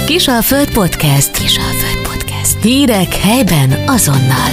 Kisalföld Podcast. Kisalföld Podcast. Hírek helyben azonnal.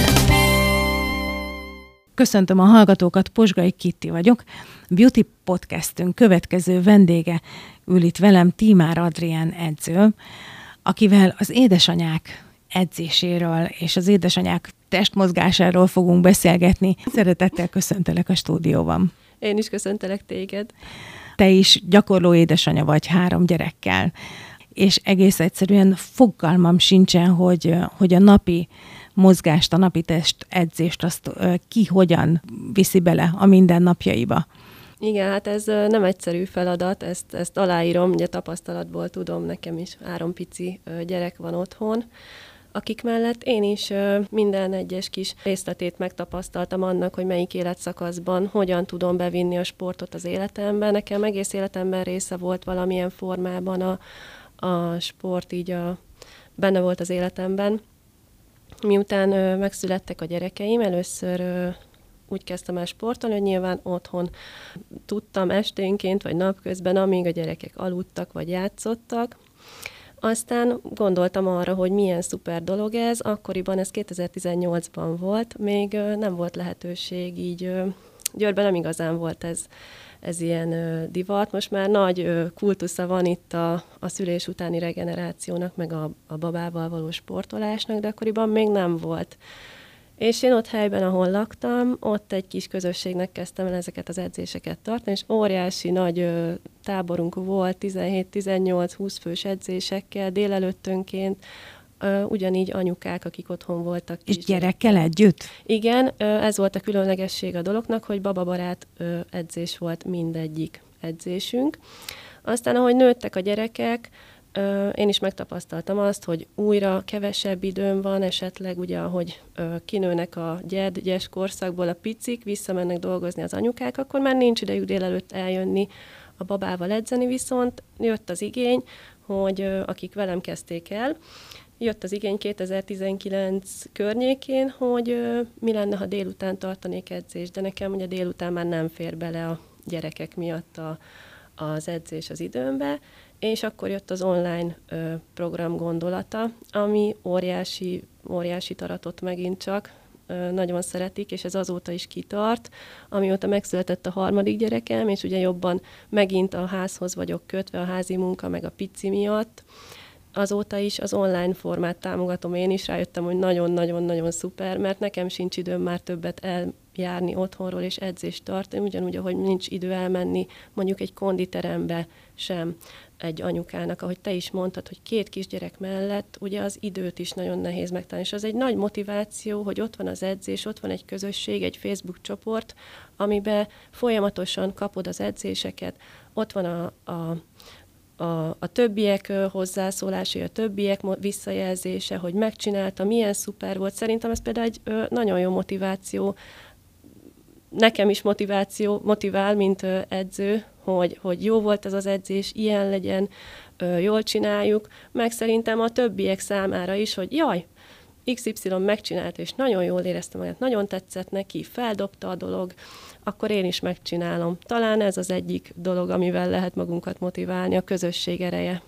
Köszöntöm a hallgatókat, Posgai Kitti vagyok. Beauty Podcastünk következő vendége ül itt velem, Tímár Adrián edző, akivel az édesanyák edzéséről és az édesanyák testmozgásáról fogunk beszélgetni. Szeretettel köszöntelek a stúdióban. Én is köszöntelek téged. Te is gyakorló édesanya vagy 3 gyerekkel, és egész egyszerűen fogalmam sincsen, hogy a napi mozgást, a napi testedzést azt ki hogyan viszi bele a mindennapjaiba. Igen, hát ez nem egyszerű feladat, ezt aláírom, ugye tapasztalatból tudom, nekem is 3 pici gyerek van otthon, akik mellett én is minden egyes kis részletét megtapasztaltam annak, hogy melyik életszakaszban hogyan tudom bevinni a sportot az életembe. Nekem egész életemben része volt valamilyen formában a sport, így benne volt az életemben. Miután megszülettek a gyerekeim, először úgy kezdtem el sportolni, hogy nyilván otthon tudtam esténként vagy napközben, amíg a gyerekek aludtak vagy játszottak. Aztán gondoltam arra, hogy milyen szuper dolog ez. Akkoriban, ez 2018-ban volt, még nem volt lehetőség, így Győrben nem igazán volt ez ilyen divat. Most már nagy kultusza van itt a szülés utáni regenerációnak, meg a babával való sportolásnak, de akkoriban még nem volt. És én ott helyben, ahol laktam, ott egy kis közösségnek kezdtem el ezeket az edzéseket tartani, és óriási nagy táborunk volt, 17-18-20 fős edzésekkel, délelőttönként, ugyanígy anyukák, akik otthon voltak. És gyerekkel együtt? Igen, ez volt a különlegesség a dolognak, hogy bababarát edzés volt mindegyik edzésünk. Aztán, ahogy nőttek a gyerekek, én is megtapasztaltam azt, hogy újra kevesebb időm van, esetleg ugye, ahogy kinőnek a gyes korszakból a picik, visszamennek dolgozni az anyukák, akkor már nincs idejük délelőtt eljönni a babával edzeni, viszont jött az igény, hogy akik velem kezdték el, jött az igény 2019 környékén, hogy mi lenne, ha délután tartanék edzést, de nekem ugye délután már nem fér bele a gyerekek miatt az edzés az időmbe, és akkor jött az online program gondolata, ami óriási taratott megint csak, nagyon szeretik, és ez azóta is kitart, amióta megszületett a 3. gyerekem, és ugye jobban megint a házhoz vagyok kötve, a házi munka, meg a pici miatt. Azóta is az online formát támogatom, én is rájöttem, hogy nagyon-nagyon-nagyon szuper, mert nekem sincs időm már többet eljárni otthonról és edzést tartani, ugyanúgy, ahogy nincs idő elmenni mondjuk egy konditerembe sem egy anyukának, ahogy te is mondtad, hogy 2 kisgyerek mellett ugye az időt is nagyon nehéz megtalálni, és az egy nagy motiváció, hogy ott van az edzés, ott van egy közösség, egy Facebook csoport, amiben folyamatosan kapod az edzéseket, ott van a többiek hozzászólásai, a többiek visszajelzése, hogy megcsinálta, milyen szuper volt. Szerintem ez például egy nagyon jó motiváció. Nekem is motivál, mint edző, hogy jó volt ez az edzés, ilyen legyen, jól csináljuk, meg szerintem a többiek számára is, hogy jaj, XY megcsinált, és nagyon jól éreztem magát, nagyon tetszett neki, feldobta a dolog, akkor én is megcsinálom. Talán ez az egyik dolog, amivel lehet magunkat motiválni, a közösség ereje.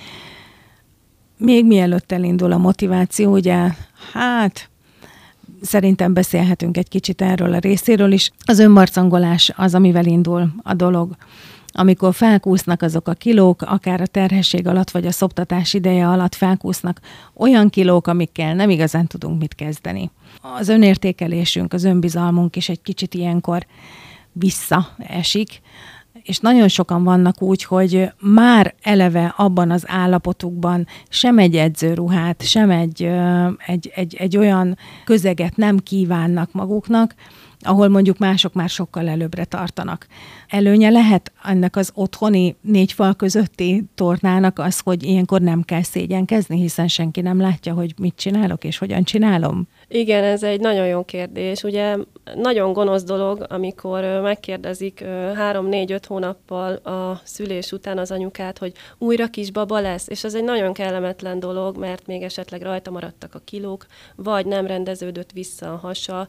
Még mielőtt elindul a motiváció, ugye, szerintem beszélhetünk egy kicsit erről a részéről is. Az önmarcangolás az, amivel indul a dolog. Amikor felkúsznak azok a kilók, akár a terhesség alatt, vagy a szoptatás ideje alatt felkúsznak olyan kilók, amikkel nem igazán tudunk mit kezdeni. Az önértékelésünk, az önbizalmunk is egy kicsit ilyenkor visszaesik, és nagyon sokan vannak úgy, hogy már eleve abban az állapotukban sem egy edzőruhát, sem egy olyan közeget nem kívánnak maguknak, ahol mondjuk mások már sokkal előbbre tartanak. Előnye lehet ennek az otthoni 4 fal közötti tornának az, hogy ilyenkor nem kell szégyenkezni, hiszen senki nem látja, hogy mit csinálok és hogyan csinálom. Igen, ez egy nagyon jó kérdés. Ugye nagyon gonosz dolog, amikor megkérdezik 3-4-5 hónappal a szülés után az anyukát, hogy újra kisbaba lesz, és ez egy nagyon kellemetlen dolog, mert még esetleg rajta maradtak a kilók, vagy nem rendeződött vissza a hasa,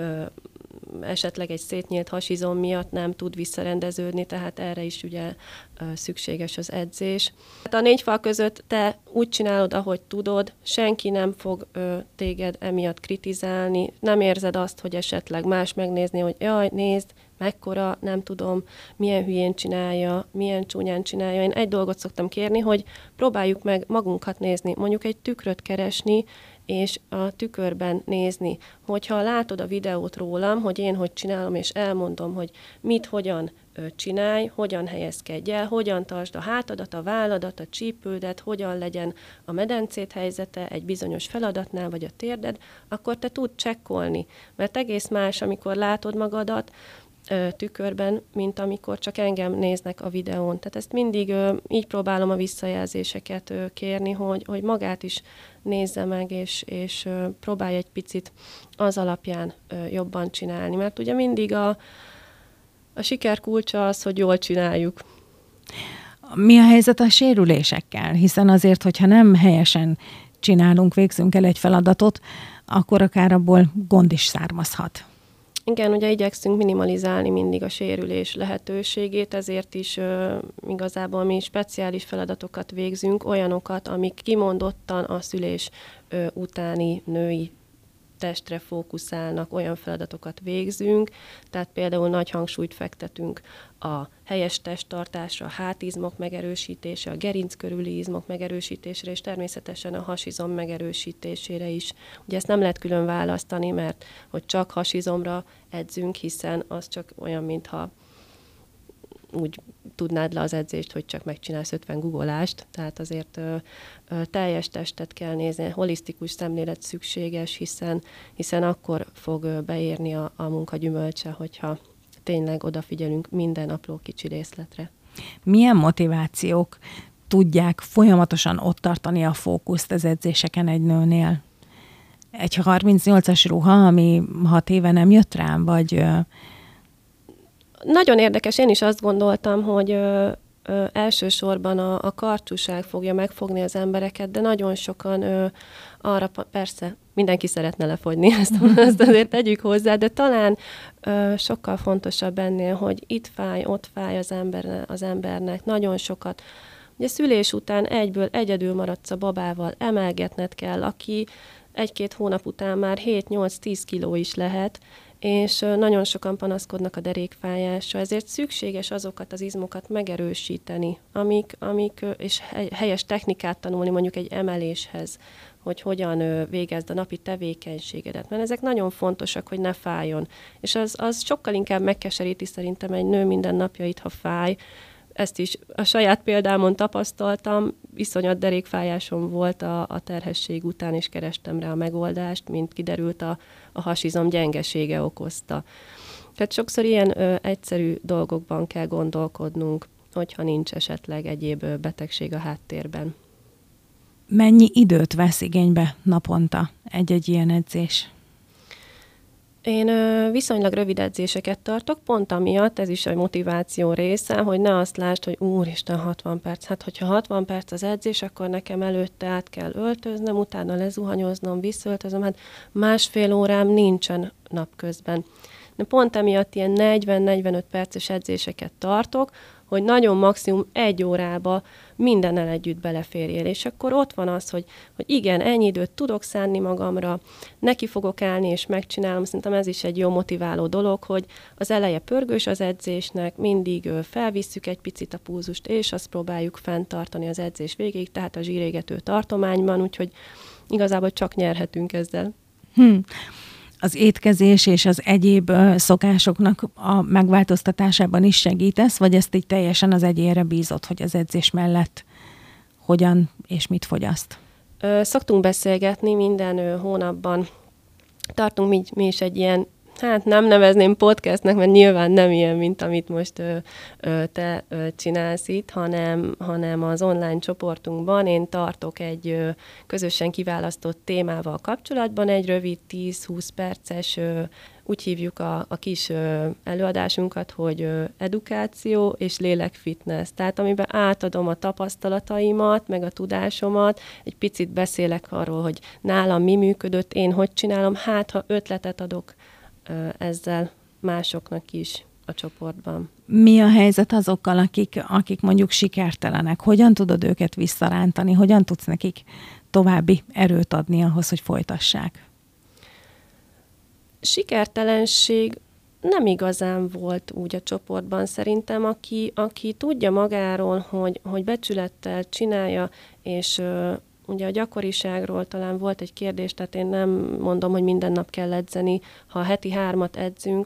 esetleg egy szétnyílt hasizom miatt nem tud visszarendeződni, tehát erre is ugye szükséges az edzés. Hát a 4 fal között te úgy csinálod, ahogy tudod, senki nem fog téged emiatt kritizálni, nem érzed azt, hogy esetleg más megnézni, hogy jaj, nézd, mekkora, nem tudom, milyen hülyén csinálja, milyen csúnyán csinálja. Én egy dolgot szoktam kérni, hogy próbáljuk meg magunkat nézni, mondjuk egy tükröt keresni, és a tükörben nézni, hogyha látod a videót rólam, hogy én hogy csinálom, és elmondom, hogy mit, hogyan csinálj, hogyan helyezkedj el, hogyan tartsd a hátadat, a válladat, a csípődet, hogyan legyen a medencét helyzete egy bizonyos feladatnál, vagy a térded, akkor te tud csekkolni. Mert egész más, amikor látod magadat tükörben, mint amikor csak engem néznek a videón. Tehát ezt mindig így próbálom a visszajelzéseket kérni, hogy magát is nézze meg, és próbálj egy picit az alapján jobban csinálni. Mert ugye mindig a siker kulcsa az, hogy jól csináljuk. Mi a helyzet a sérülésekkel? Hiszen azért, hogyha nem helyesen csinálunk, végzünk el egy feladatot, akkor akár abból gond is származhat. Igen, ugye igyekszünk minimalizálni mindig a sérülés lehetőségét, ezért is igazából mi speciális feladatokat végzünk, olyanokat, amik kimondottan a szülés utáni női testre fókuszálnak, olyan feladatokat végzünk, tehát például nagy hangsúlyt fektetünk a helyes testtartásra, a hátizmok megerősítése, a gerinc körüli izmok megerősítésére, és természetesen a hasizom megerősítésére is. Ugye ezt nem lehet külön választani, mert hogy csak hasizomra edzünk, hiszen az csak olyan, mintha úgy tudnád le az edzést, hogy csak megcsinálsz 50 guggolást, tehát azért teljes testet kell nézni, holisztikus szemlélet szükséges, hiszen akkor fog beérni a munka gyümölcse, hogyha tényleg odafigyelünk minden apró kicsi részletre. Milyen motivációk tudják folyamatosan ott tartani a fókuszt az edzéseken egy nőnél? Egy 38-as ruha, ami 6 éve nem jött rám, vagy... Nagyon érdekes, én is azt gondoltam, hogy elsősorban a karcsúság fogja megfogni az embereket, de nagyon sokan arra, persze, mindenki szeretne lefogyni, ezt azért tegyük hozzá, de talán sokkal fontosabb ennél, hogy itt fáj, ott fáj az embernek, nagyon sokat. Ugye szülés után egyedül maradsz a babával, emelgetned kell, aki 1-2 hónap után már 7-8-10 kiló is lehet, és nagyon sokan panaszkodnak a derékfájásra, ezért szükséges azokat az izmokat megerősíteni, amik és helyes technikát tanulni mondjuk egy emeléshez, hogy hogyan végezd a napi tevékenységedet, mert ezek nagyon fontosak, hogy ne fájjon. És az sokkal inkább megkeseríti szerintem egy nő mindennapjait, ha fáj. Ezt is a saját példámon tapasztaltam, iszonyat derékfájásom volt a terhesség után, és kerestem rá a megoldást, mint kiderült a hasizom gyengesége okozta. Tehát sokszor ilyen egyszerű dolgokban kell gondolkodnunk, hogyha nincs esetleg egyéb betegség a háttérben. Mennyi időt vesz igénybe naponta egy-egy ilyen edzés? Én viszonylag rövid edzéseket tartok, pont amiatt, ez is a motiváció része, hogy ne azt lásd, hogy úristen, 60 perc. Hát, hogyha 60 perc az edzés, akkor nekem előtte át kell öltöznem, utána lezuhanyoznom, visszaöltözöm, hát 1,5 órám nincsen napközben. De pont emiatt ilyen 40-45 perces edzéseket tartok, hogy nagyon maximum 1 órába mindennel együtt beleférjél. És akkor ott van az, hogy igen, ennyi időt tudok szánni magamra, neki fogok állni és megcsinálom. Szerintem ez is egy jó motiváló dolog, hogy az eleje pörgős az edzésnek, mindig felvisszük egy picit a pulzust, és azt próbáljuk fenntartani az edzés végéig, tehát a zsírégető tartományban, úgyhogy igazából csak nyerhetünk ezzel. Az étkezés és az egyéb szokásoknak a megváltoztatásában is segítesz, vagy ezt így teljesen az egyénre bízod, hogy az edzés mellett hogyan és mit fogyaszt? Szoktunk beszélgetni minden hónapban. Tartunk mi is egy ilyen, hát nem nevezném podcastnek, mert nyilván nem ilyen, mint amit most te csinálsz itt, hanem az online csoportunkban én tartok egy közösen kiválasztott témával kapcsolatban egy rövid 10-20 perces, úgy hívjuk a kis előadásunkat, hogy edukáció és lélekfitness. Tehát amiben átadom a tapasztalataimat, meg a tudásomat, egy picit beszélek arról, hogy nálam mi működött, én hogy csinálom, hát ha ötletet adok ezzel másoknak is, a csoportban. Mi a helyzet azokkal, akik mondjuk sikertelenek? Hogyan tudod őket visszarántani? Hogyan tudsz nekik további erőt adni ahhoz, hogy folytassák? Sikertelenség nem igazán volt úgy a csoportban. Szerintem, aki tudja magáról, hogy becsülettel csinálja, és ugye a gyakoriságról talán volt egy kérdés, tehát én nem mondom, hogy minden nap kell edzeni. Ha heti 3 edzünk,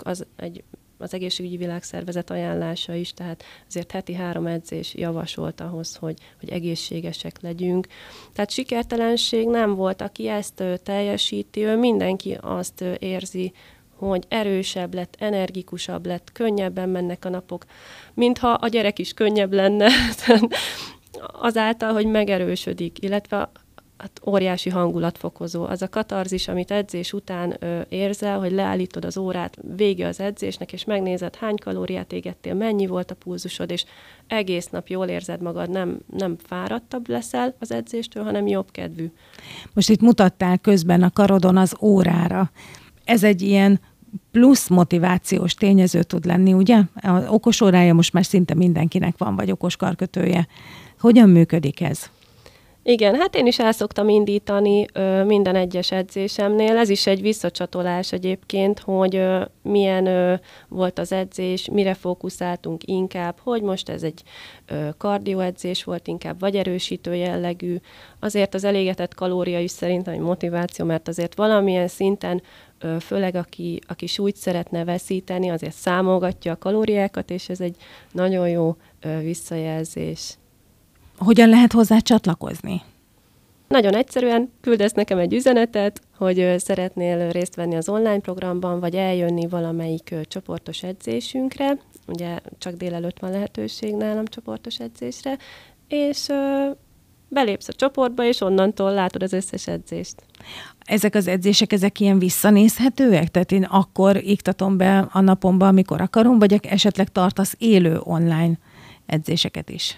az Egészségügyi Világszervezet ajánlása is, tehát azért heti 3 edzés javasolt ahhoz, hogy egészségesek legyünk. Tehát sikertelenség nem volt, aki ezt teljesíti, mindenki azt érzi, hogy erősebb lett, energikusabb lett, könnyebben mennek a napok, mintha a gyerek is könnyebb lenne, azáltal, hogy megerősödik, illetve hát óriási hangulatfokozó. Az a katarzis, amit edzés után érzel, hogy leállítod az órát, vége az edzésnek, és megnézed, hány kalóriát égettél, mennyi volt a pulzusod, és egész nap jól érzed magad, nem fáradtabb leszel az edzéstől, hanem jobb kedvű. Most itt mutattál közben a karodon az órára. Ez egy ilyen plusz motivációs tényező tud lenni, ugye? Az okos órája most már szinte mindenkinek van, vagy okos karkötője. Hogyan működik ez? Igen, hát én is el szoktam indítani minden egyes edzésemnél. Ez is egy visszacsatolás egyébként, hogy milyen volt az edzés, mire fókuszáltunk inkább, hogy most ez egy kardioedzés volt inkább, vagy erősítő jellegű. Azért az elégetett kalória is szerintem egy motiváció, mert azért valamilyen szinten, főleg aki súlyt szeretne veszíteni, azért számolgatja a kalóriákat, és ez egy nagyon jó visszajelzés. Hogyan lehet hozzá csatlakozni? Nagyon egyszerűen küldesz nekem egy üzenetet, hogy szeretnél részt venni az online programban, vagy eljönni valamelyik csoportos edzésünkre. Ugye csak délelőtt van lehetőség nálam csoportos edzésre, és belépsz a csoportba, és onnantól látod az összes edzést. Ezek az edzések, ezek ilyen visszanézhetőek? Tehát én akkor iktatom be a napomba, amikor akarom, vagy esetleg tartasz élő online edzéseket is?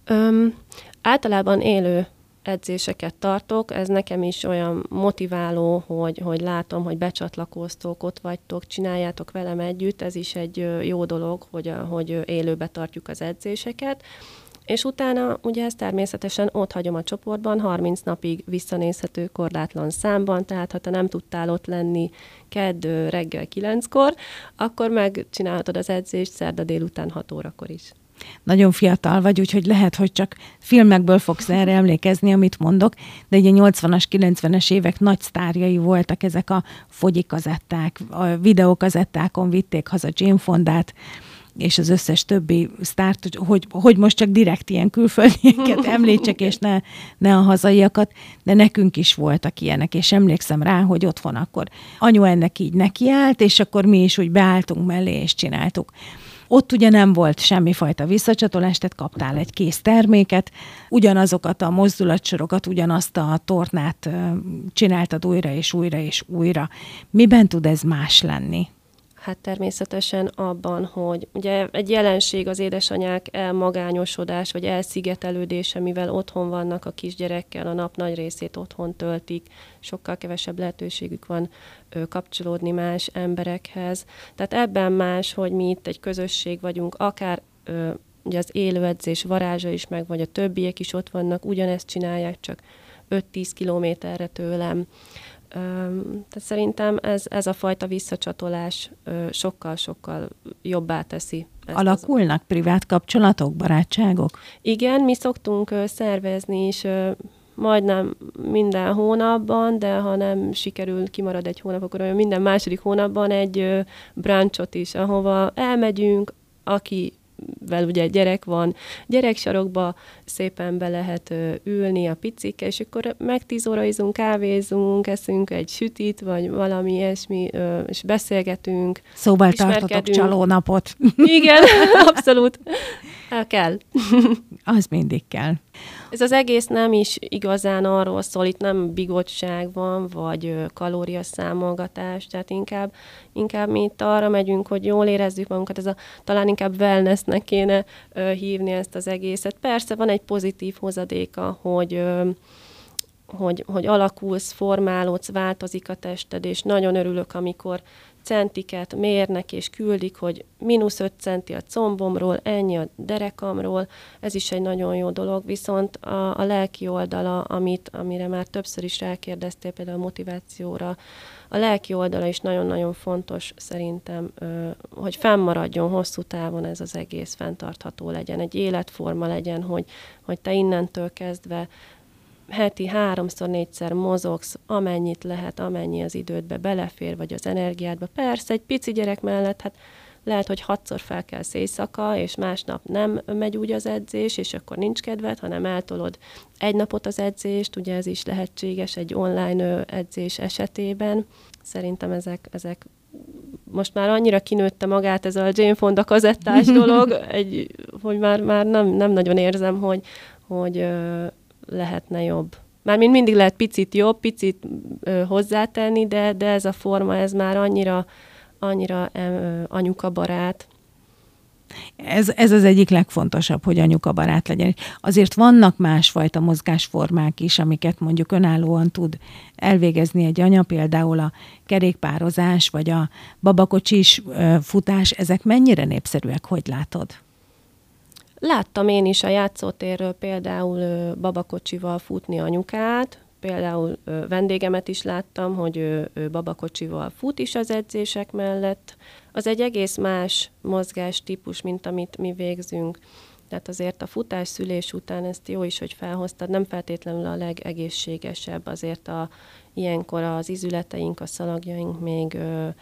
Általában élő edzéseket tartok, ez nekem is olyan motiváló, hogy látom, hogy becsatlakoztok, ott vagytok, csináljátok velem együtt, ez is egy jó dolog, hogy élőbe tartjuk az edzéseket, és utána ugye ezt természetesen ott hagyom a csoportban, 30 napig visszanézhető korlátlan számban, tehát ha te nem tudtál ott lenni kedd reggel 9-kor, akkor megcsinálhatod az edzést szerda délután 6 órakor is. Nagyon fiatal vagy, úgyhogy lehet, hogy csak filmekből fogsz erre emlékezni, amit mondok, de ugye 80-as, 90-es évek nagy sztárjai voltak ezek a fogyikazetták, a videókazettákon vitték haza Jane Fondát, és az összes többi sztárt, hogy most csak direkt ilyen külföldieket említsek, és ne a hazaiakat, de nekünk is voltak ilyenek, és emlékszem rá, hogy otthon akkor anyu ennek így nekiállt, és akkor mi is úgy beálltunk mellé, és csináltuk. Ott ugye nem volt semmifajta visszacsatolás, tehát kaptál egy kész terméket, ugyanazokat a mozdulatsorokat, ugyanazt a tornát csináltad újra és újra és újra. Miben tud ez más lenni? Hát természetesen abban, hogy ugye egy jelenség az édesanyák elmagányosodás, vagy elszigetelődése, mivel otthon vannak a kisgyerekkel, a nap nagy részét otthon töltik, sokkal kevesebb lehetőségük van kapcsolódni más emberekhez. Tehát ebben más, hogy mi itt egy közösség vagyunk, akár ugye az élőedzés varázsa is meg, vagy a többiek is ott vannak, ugyanezt csinálják, csak 5-10 kilométerre tőlem. Tehát szerintem ez a fajta visszacsatolás sokkal-sokkal jobbá teszi. Alakulnak privát kapcsolatok, barátságok? Igen, mi szoktunk szervezni is majdnem minden hónapban, de ha nem sikerül, kimarad egy hónap, akkor olyan minden második hónapban egy brunchot is, ahova elmegyünk, akivel ugye gyerek van, gyereksarokba szépen be lehet ülni a picikkel, és akkor meg 10 óra izunk, kávézunk, eszünk egy sütit, vagy valami ilyesmi, és beszélgetünk. Szóval tartotok csalónapot. Igen, abszolút. Kell. Az mindig kell. Ez az egész nem is igazán arról szól, itt nem bigottság van, vagy kalóriaszámolgatás, tehát inkább mi itt arra megyünk, hogy jól érezzük magunkat, talán inkább wellnessnek kéne hívni ezt az egészet. Persze van egy pozitív hozadéka, hogy alakulsz, formálódsz, változik a tested, és nagyon örülök, amikor centiket mérnek és küldik, hogy -5 centi a combomról, ennyi a derekamról, ez is egy nagyon jó dolog, viszont a lelki oldala, amire már többször is rákérdeztél, például a motivációra, a lelki oldala is nagyon-nagyon fontos szerintem, hogy fennmaradjon hosszú távon ez az egész, fenntartható legyen, egy életforma legyen, hogy te innentől kezdve heti 3-4-szer mozogsz, amennyit lehet, amennyi az idődbe belefér, vagy az energiádba. Persze, egy pici gyerek mellett, hát lehet, hogy 6-szor felkelsz éjszaka, és másnap nem megy úgy az edzés, és akkor nincs kedved, hanem eltolod egy napot az edzést, ugye ez is lehetséges egy online edzés esetében. Szerintem ezek most már annyira kinőtte magát ez a Jane Fonda kazettás dolog, hogy már nem nagyon érzem, hogy lehetne jobb. Mármint mindig lehet picit jobb, picit hozzátenni, de ez a forma, ez már annyira anyukabarát. Ez az egyik legfontosabb, hogy anyukabarát legyen. Azért vannak másfajta mozgásformák is, amiket mondjuk önállóan tud elvégezni egy anya, például a kerékpározás, vagy a babakocsis futás. Ezek mennyire népszerűek, hogy látod? Láttam én is a játszótérről például babakocsival futni anyukát, például vendégemet is láttam, hogy ő babakocsival fut is az edzések mellett. Az egy egész más mozgástípus, mint amit mi végzünk. Tehát azért a futás szülés után, ezt jó is, hogy felhoztad, nem feltétlenül a legegészségesebb, azért ilyenkor az izületeink, a szalagjaink még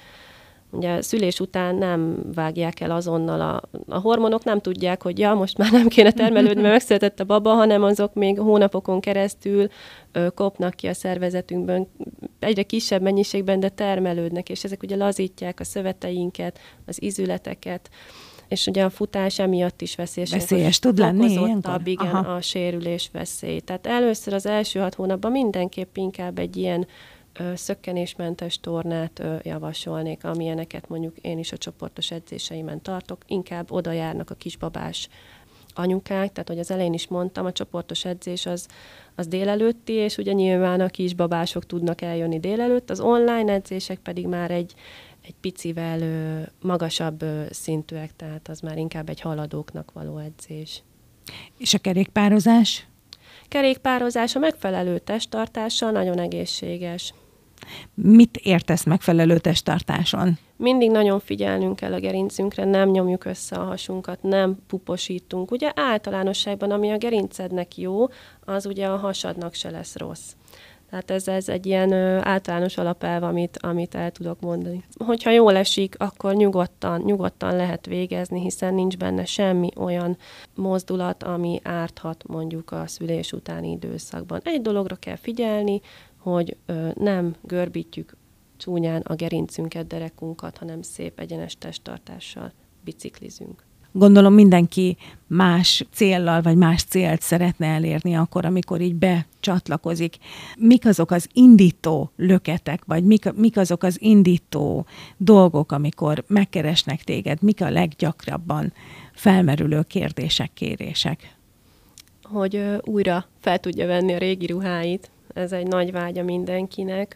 ugye szülés után nem vágják el azonnal a hormonok, nem tudják, hogy most már nem kéne termelődni, mert megszületett a baba, hanem azok még hónapokon keresztül kopnak ki a szervezetünkből, egyre kisebb mennyiségben, de termelődnek, és ezek ugye lazítják a szöveteinket, az izületeket, és ugye a futás emiatt is veszélyes tud lenni ilyenkor? Igen, a sérülés veszély. Tehát először az első 6 hónapban mindenképp inkább egy ilyen szökkenésmentes tornát javasolnék, amilyeneket mondjuk én is a csoportos edzéseimen tartok, inkább oda járnak a kisbabás anyukák, tehát hogy az elején is mondtam, a csoportos edzés az délelőtti, és ugye nyilván a kisbabások tudnak eljönni délelőtt, az online edzések pedig már egy picivel magasabb szintűek, tehát az már inkább egy haladóknak való edzés. És a kerékpározás? Kerékpározás a megfelelő testtartással nagyon egészséges. Mit értesz megfelelő testtartáson? Mindig nagyon figyelnünk kell a gerincünkre, nem nyomjuk össze a hasunkat, nem puposítunk. Ugye általánosságban, ami a gerincednek jó, az ugye a hasadnak se lesz rossz. Tehát ez egy ilyen általános alapelv, amit el tudok mondani. Hogyha jól esik, akkor nyugodtan lehet végezni, hiszen nincs benne semmi olyan mozdulat, ami árthat mondjuk a szülés utáni időszakban. Egy dologra kell figyelni, hogy nem görbítjük csúnyán a gerincünket, derekunkat, hanem szép egyenes testtartással biciklizünk. Gondolom mindenki más céllal, vagy más célt szeretne elérni akkor, amikor így becsatlakozik. Mik azok az indító löketek, vagy mik azok az indító dolgok, amikor megkeresnek téged? Mik a leggyakrabban felmerülő kérdések, kérések? Hogy újra fel tudja venni a régi ruháit. Ez egy nagy vágya mindenkinek.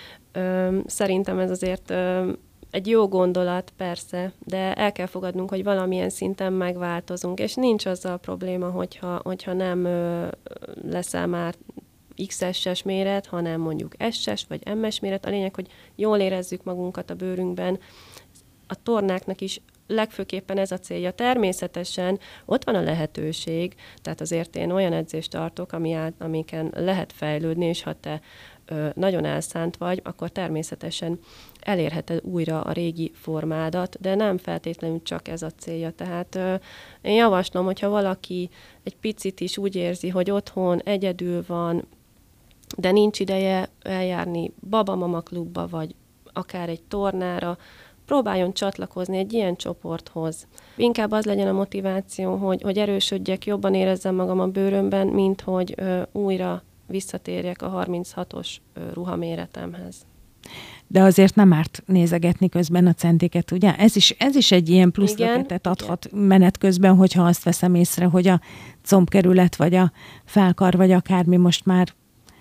Szerintem ez azért egy jó gondolat, persze, de el kell fogadnunk, hogy valamilyen szinten megváltozunk, és nincs azzal a probléma, hogyha nem leszel már XS-es méret, hanem mondjuk SS vagy MS méret. A lényeg, hogy jól érezzük magunkat a bőrünkben. A tornáknak is legfőképpen ez a célja. Természetesen ott van a lehetőség, tehát azért én olyan edzést tartok, amiken lehet fejlődni, és ha te nagyon elszánt vagy, akkor természetesen elérheted újra a régi formádat, de nem feltétlenül csak ez a célja. Tehát én javaslom, hogyha valaki egy picit is úgy érzi, hogy otthon egyedül van, de nincs ideje eljárni babamama klubba, vagy akár egy tornára, próbáljon csatlakozni egy ilyen csoporthoz. Inkább az legyen a motiváció, hogy erősödjek, jobban érezzem magam a bőrömben, mint hogy újra visszatérjek a 36-os ruhaméretemhez. De azért nem árt nézegetni közben a centiket, ugye? Ez is egy ilyen plusz löketet adhat menet közben, hogyha azt veszem észre, hogy a combkerület, vagy a felkar, vagy akármi most már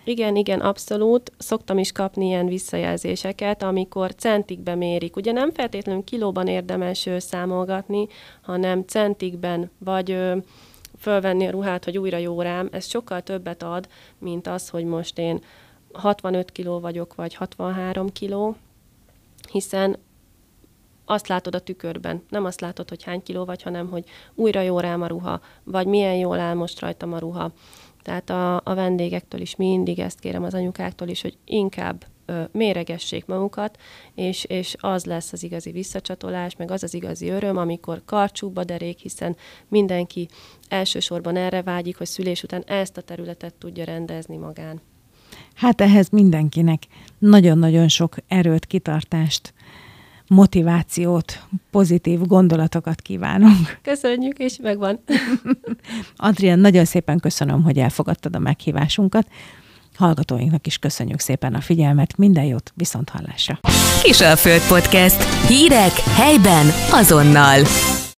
Igen, abszolút. Szoktam is kapni ilyen visszajelzéseket, amikor centikbe mérik. Ugye nem feltétlenül kilóban érdemes számolgatni, hanem centikben, vagy fölvenni a ruhát, hogy újra jó rám. Ez sokkal többet ad, mint az, hogy most én 65 kiló vagyok, vagy 63 kiló, hiszen azt látod a tükörben. Nem azt látod, hogy hány kiló vagy, hanem hogy újra jó rám a ruha, vagy milyen jól áll most rajtam a ruha. Tehát a vendégektől is mindig ezt kérem, az anyukáktól is, hogy inkább méregessék magukat, és az lesz az igazi visszacsatolás, meg az az igazi öröm, amikor karcsúbb a derék, hiszen mindenki elsősorban erre vágyik, hogy szülés után ezt a területet tudja rendezni magán. Hát ehhez mindenkinek nagyon-nagyon sok erőt, kitartást, motivációt, pozitív gondolatokat kívánunk. Köszönjük, és megvan. Adrián, nagyon szépen köszönöm, hogy elfogadtad a meghívásunkat. Hallgatóinknak is köszönjük szépen a figyelmet, minden jót, viszonthallásra. Kisalföld Podcast. Hírek helyben azonnal.